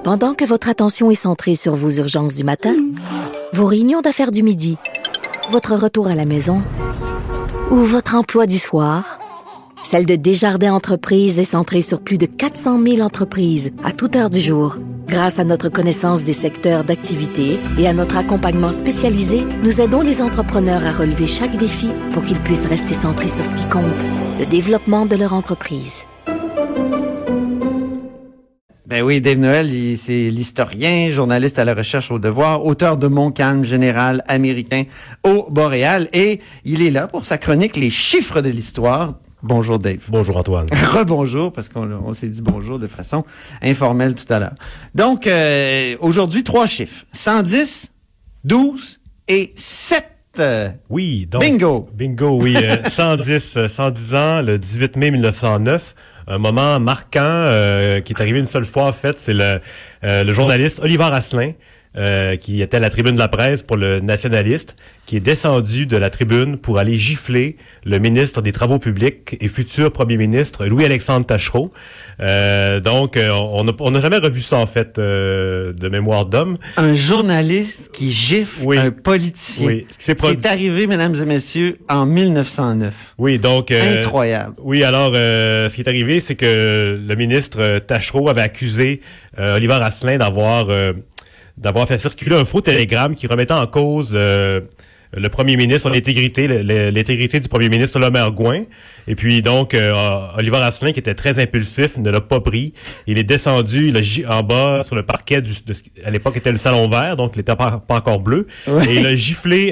Pendant que votre attention est centrée sur vos urgences du matin, vos réunions d'affaires du midi, votre retour à la maison ou votre emploi du soir, celle de Desjardins Entreprises est centrée sur plus de 400 000 entreprises à toute heure du jour. Grâce à notre connaissance des secteurs d'activité et à notre accompagnement spécialisé, nous aidons les entrepreneurs à relever chaque défi pour qu'ils puissent rester centrés sur ce qui compte, le développement de leur entreprise. Ben oui, Dave Noël, c'est l'historien, journaliste à la recherche au devoir, auteur de Mon calme général américain au Boréal, et il est là pour sa chronique Les chiffres de l'histoire. Bonjour Dave. Bonjour Antoine. Rebonjour, parce qu'on s'est dit bonjour de façon informelle tout à l'heure. Donc, aujourd'hui, 3 chiffres. 110, 12 et 7. Oui, donc. Bingo, oui. 110 ans, le 18 mai 1909. Un moment marquant qui est arrivé une seule fois, en fait. C'est le journaliste Oliver Asselin, qui était à la tribune de la presse pour le Nationaliste, qui est descendu de la tribune pour aller gifler le ministre des Travaux publics et futur premier ministre Louis-Alexandre Taschereau. Donc, on n'a jamais revu ça, en fait, de mémoire d'homme. Un journaliste qui gifle un politicien. Oui. C'est arrivé, mesdames et messieurs, en 1909. Oui, donc... incroyable. Oui, alors, ce qui est arrivé, c'est que le ministre Taschereau avait accusé Oliver Asselin d'avoir fait circuler un faux télégramme qui remettait en cause le premier ministre, l'intégrité du premier ministre Lemergouin. Et puis donc, Oliver Asselin, qui était très impulsif, ne l'a pas pris. Il est descendu en bas sur le parquet à l'époque était le Salon Vert, donc il n'était pas encore bleu. Ouais. Et il a giflé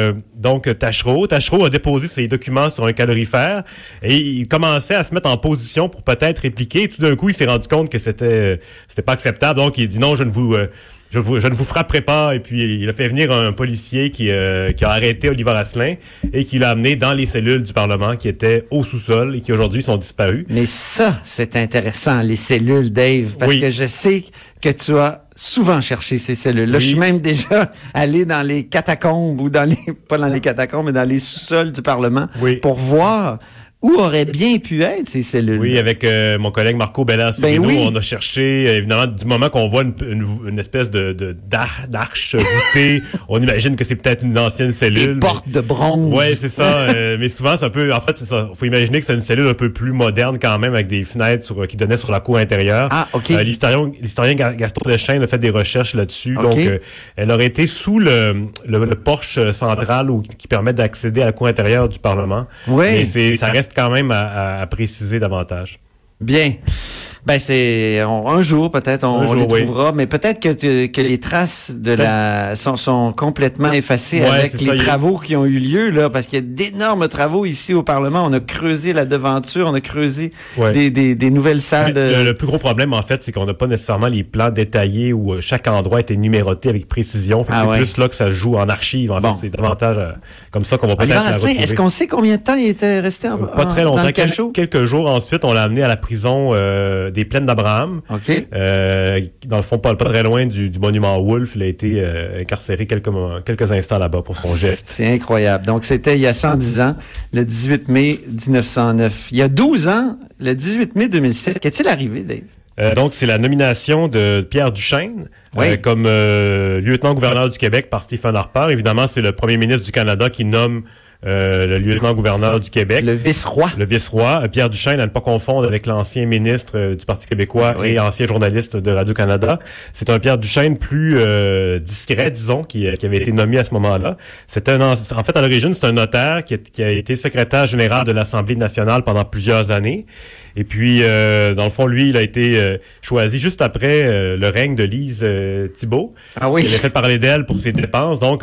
donc Taschereau. Taschereau a déposé ses documents sur un calorifère et il commençait à se mettre en position pour peut-être répliquer. Et tout d'un coup, il s'est rendu compte que c'était pas acceptable. Donc, il a dit non, je ne vous frapperai pas. Et puis, il a fait venir un policier qui a arrêté Oliver Asselin et qui l'a amené dans les cellules du Parlement qui étaient au sous-sol et qui aujourd'hui sont disparues. Mais ça, c'est intéressant, les cellules, Dave, parce que je sais que tu as souvent cherché ces cellules-là. Oui. Je suis même déjà allé dans les catacombes ou pas dans les catacombes, mais dans les sous-sols du Parlement pour voir où auraient bien pu être ces cellules. Oui, avec mon collègue Marco Bella-Sorino, on a cherché, évidemment, du moment qu'on voit une espèce d'arche voûtée, on imagine que c'est peut-être une ancienne cellule. Des portes de bronze. Oui, c'est ça. Mais souvent, c'est un peu, en fait, c'est ça. Faut imaginer que c'est une cellule un peu plus moderne quand même, avec des fenêtres qui donnaient sur la cour intérieure. Ah, OK. L'historien Gaston Deschênes a fait des recherches là-dessus. Okay. Donc, elle aurait été sous le porche central qui permet d'accéder à la cour intérieure du Parlement. Oui. Mais ça reste quand même à préciser davantage. Bien. Ben un jour peut-être on les trouvera, mais peut-être que les traces sont complètement effacées avec les travaux qui ont eu lieu là, parce qu'il y a d'énormes travaux ici au Parlement. On a creusé la devanture, on a creusé des nouvelles salles. Le plus gros problème en fait, c'est qu'on n'a pas nécessairement les plans détaillés où chaque endroit a été numéroté avec précision. C'est plus là que ça se joue en archive. En fait, c'est davantage comme ça qu'on va peut-être la retrouver. Est-ce qu'on sait combien de temps il était resté pas très longtemps, dans le cachot? Quelques jours ensuite, on l'a amené à la prison des Plaines d'Abraham. OK. Dans le fond, pas très loin du monument Wolfe. Il a été incarcéré quelques instants là-bas pour son geste. C'est incroyable. Donc, c'était il y a 110 ans, le 18 mai 1909. Il y a 12 ans, le 18 mai 2007. Qu'est-il arrivé, Dave? Donc, c'est la nomination de Pierre Duchesne comme lieutenant-gouverneur du Québec par Stephen Harper. Évidemment, c'est le premier ministre du Canada qui nomme le lieutenant-gouverneur du Québec. Le vice-roi. Le vice-roi. Pierre Duchesne, à ne pas confondre avec l'ancien ministre du Parti québécois et ancien journaliste de Radio-Canada. C'est un Pierre Duchesne plus discret, disons, qui avait été nommé à ce moment-là. En fait, à l'origine, c'est un notaire qui a été secrétaire général de l'Assemblée nationale pendant plusieurs années. Et puis, dans le fond, lui, il a été choisi juste après le règne de Lise Thibault. Ah oui. Il avait fait parler d'elle pour ses dépenses. Donc,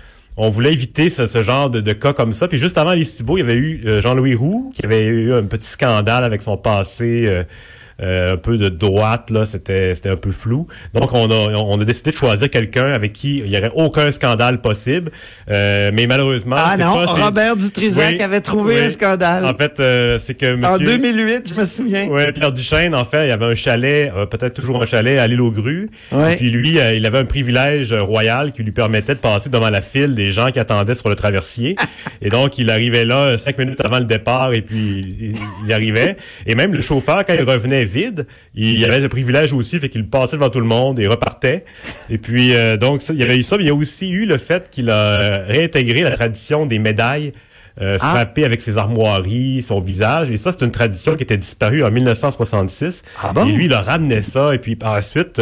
on voulait éviter ce genre de cas comme ça. Puis juste avant Lise Thibault, il y avait eu Jean-Louis Roux, qui avait eu un petit scandale avec son passé un peu de droite, là, c'était un peu flou. Donc, on a décidé de choisir quelqu'un avec qui il n'y aurait aucun scandale possible. Mais malheureusement... Robert Dutrisac avait trouvé un scandale. En fait, c'est que monsieur... En 2008, je me souviens. Oui, Pierre Duchesne, en fait, il avait un chalet, peut-être toujours un chalet à l'île aux Grues. Et puis lui, il avait un privilège royal qui lui permettait de passer devant la file des gens qui attendaient sur le traversier. Et donc, il arrivait là 5 minutes avant le départ et puis il arrivait. Et même le chauffeur, quand il revenait vide. Il avait le privilège aussi, fait qu'il passait devant tout le monde et repartait. Et puis, donc, il y avait eu ça, mais il y a aussi eu le fait qu'il a réintégré la tradition des médailles frappées avec ses armoiries, son visage. Et ça, c'est une tradition qui était disparue en 1966. Ah bon? Et lui, il a ramené ça. Et puis, par la suite...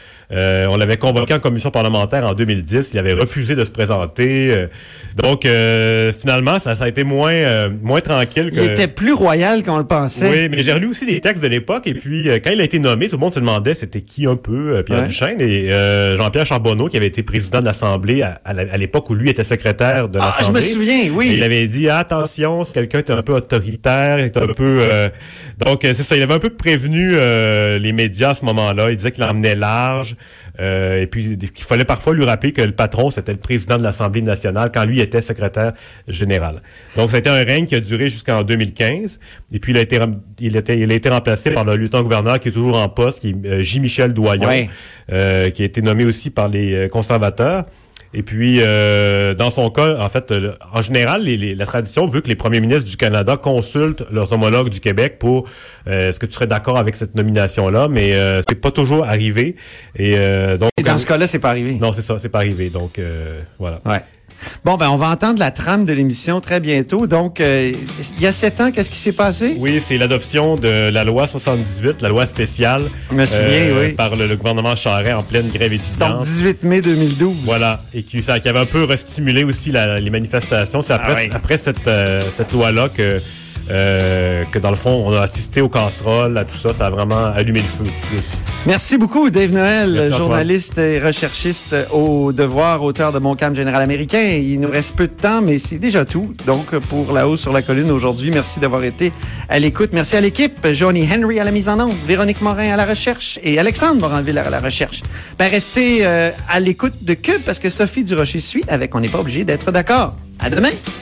on l'avait convoqué en commission parlementaire en 2010. Il avait refusé de se présenter. Donc, finalement, ça a été moins tranquille. Il était plus royal qu'on le pensait. Oui, mais j'ai relu aussi des textes de l'époque. Et puis, quand il a été nommé, tout le monde se demandait c'était qui un peu Pierre Duchesne. Et Jean-Pierre Charbonneau, qui avait été président de l'Assemblée à l'époque où lui était secrétaire de l'Assemblée. Je me souviens, oui. Il avait dit, attention, si quelqu'un est un peu autoritaire, est un peu... Donc, c'est ça, il avait un peu prévenu les médias à ce moment-là. Il disait qu'il emmenait large. Et puis, il fallait parfois lui rappeler que le patron, c'était le président de l'Assemblée nationale quand lui était secrétaire général. Donc, ça a été un règne qui a duré jusqu'en 2015. Et puis, il a été remplacé par le lieutenant-gouverneur qui est toujours en poste, qui est J. Michel Doyon, qui a été nommé aussi par les conservateurs. Et puis, dans son cas, en fait, en général, la tradition veut que les premiers ministres du Canada consultent leurs homologues du Québec pour est-ce que tu serais d'accord avec cette nomination-là, mais c'est pas toujours arrivé. Et donc. Et dans ce cas-là, c'est pas arrivé. Non, c'est ça, c'est pas arrivé. Donc voilà. Ouais. Bon, ben on va entendre la trame de l'émission très bientôt. Donc, il y a 7 ans, qu'est-ce qui s'est passé? Oui, c'est l'adoption de la loi 78, la loi spéciale. Je me souviens, oui. Par le gouvernement Charest en pleine grève étudiante. Donc, 18 mai 2012. Voilà. Et qui avait un peu restimulé aussi les manifestations. C'est après cette loi-là que dans le fond, on a assisté aux casseroles, à tout ça. Ça a vraiment allumé le feu. Merci beaucoup, Dave Noël, journaliste et recherchiste au Devoir, auteur de Mon Calme Général Américain. Il nous reste peu de temps, mais c'est déjà tout. Donc, pour La Hausse sur la Colline aujourd'hui, merci d'avoir été à l'écoute. Merci à l'équipe. Johnny Henry à la mise en onde, Véronique Morin à la recherche et Alexandre Moranville à la recherche. Ben, restez à l'écoute de Cube parce que Sophie Durocher suit avec On n'est pas obligé d'être d'accord. À demain!